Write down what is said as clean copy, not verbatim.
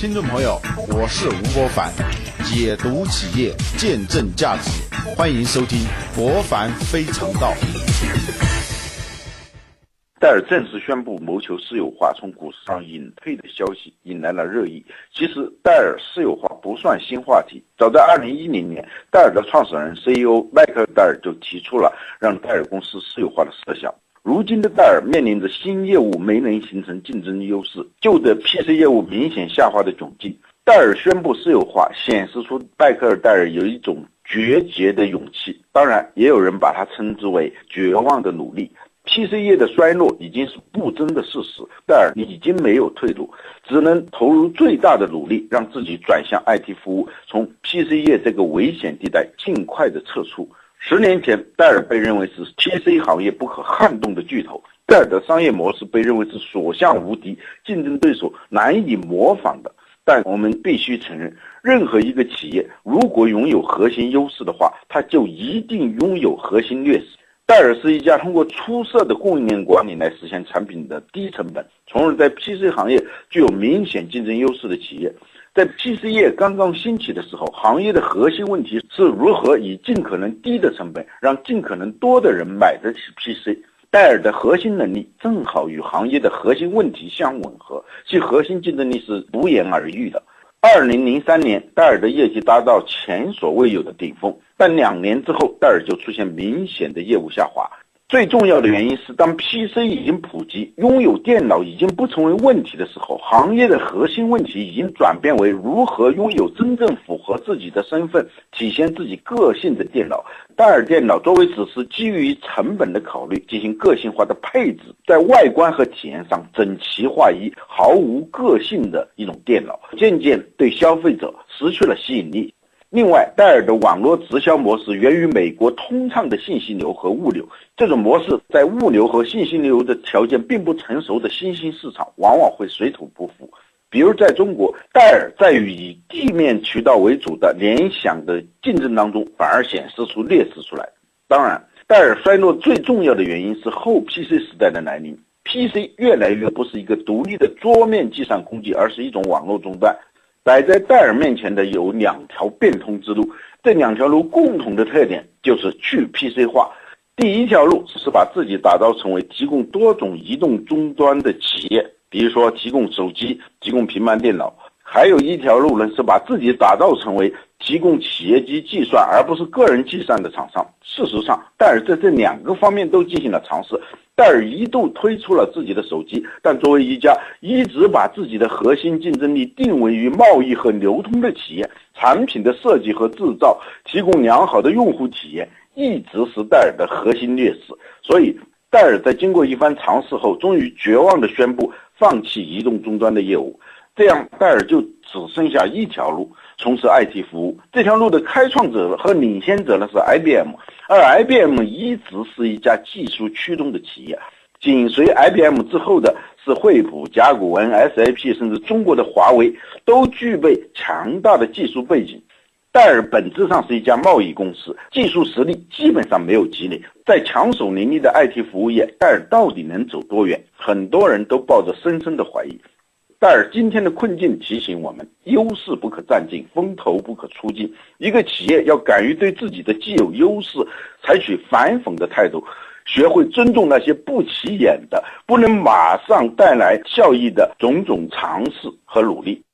听众朋友，我是吴伯凡，解读企业，见证价值，欢迎收听伯凡非常道。 戴尔正式宣布谋求私有化，从股市上隐退的消息引来了热议。其实戴尔私有化不算新话题，早在2010年，戴尔的创始人 CEO 迈克尔·戴尔就提出了让戴尔公司私有化的设想。如今的戴尔面临着新业务没能形成竞争优势，旧的 PC 业务明显下滑的窘境。戴尔宣布私有化，显示出迈克尔·戴尔有一种决绝的勇气，当然也有人把它称之为绝望的努力。PC 业的衰落已经是不争的事实，戴尔已经没有退路，只能投入最大的努力，让自己转向 IT 服务，从 PC 业这个危险地带尽快的撤出。10年前，戴尔被认为是 PC 行业不可撼动的巨头，戴尔的商业模式被认为是所向无敌，竞争对手难以模仿的。但我们必须承认，任何一个企业如果拥有核心优势的话，它就一定拥有核心劣势。戴尔是一家通过出色的供应链管理来实现产品的低成本，从而在 PC 行业具有明显竞争优势的企业。在 PC 业刚刚兴起的时候，行业的核心问题是如何以尽可能低的成本，让尽可能多的人买得起 PC。戴尔的核心能力正好与行业的核心问题相吻合，其核心竞争力是不言而喻的。2003年，戴尔的业绩达到前所未有的顶峰，但2年之后，戴尔就出现明显的业务下滑。最重要的原因是，当 PC 已经普及，拥有电脑已经不成为问题的时候，行业的核心问题已经转变为如何拥有真正符合自己的身份、体现自己个性的电脑。戴尔电脑作为只是基于成本的考虑进行个性化的配置，在外观和体验上整齐划一、毫无个性的一种电脑，渐渐对消费者失去了吸引力。另外，戴尔的网络直销模式源于美国通畅的信息流和物流，这种模式在物流和信息流的条件并不成熟的新兴市场往往会水土不服。比如在中国，戴尔在与以地面渠道为主的联想的竞争当中，反而显示出劣势出来。当然，戴尔衰落最重要的原因是后 PC 时代的来临， PC 越来越不是一个独立的桌面计算工具，而是一种网络终端。摆在戴尔面前的有2条变通之路，这2条路共同的特点就是去 PC 化。第一条路是把自己打造成为提供多种移动终端的企业，比如说提供手机、提供平板电脑。还有一条路呢，是把自己打造成为提供企业级计算而不是个人计算的厂商。事实上，戴尔在这2个方面都进行了尝试。戴尔一度推出了自己的手机，但作为一家一直把自己的核心竞争力定位于贸易和流通的企业，产品的设计和制造提供良好的用户体验一直是戴尔的核心劣势。所以戴尔在经过一番尝试后，终于绝望地宣布放弃移动终端的业务。这样戴尔就只剩下一条路，从事 IT 服务。这条路的开创者和领先者呢是 IBM， 而 IBM 一直是一家技术驱动的企业。紧随 IBM 之后的是惠普、甲骨文、SAP， 甚至中国的华为，都具备强大的技术背景。戴尔本质上是一家贸易公司，技术实力基本上没有积累，在强手林立的 IT 服务业，戴尔到底能走多远？很多人都抱着深深的怀疑。戴尔今天的困境提醒我们，优势不可占尽，风头不可出尽。一个企业要敢于对自己的既有优势采取反讽的态度，学会尊重那些不起眼的、不能马上带来效益的种种尝试和努力。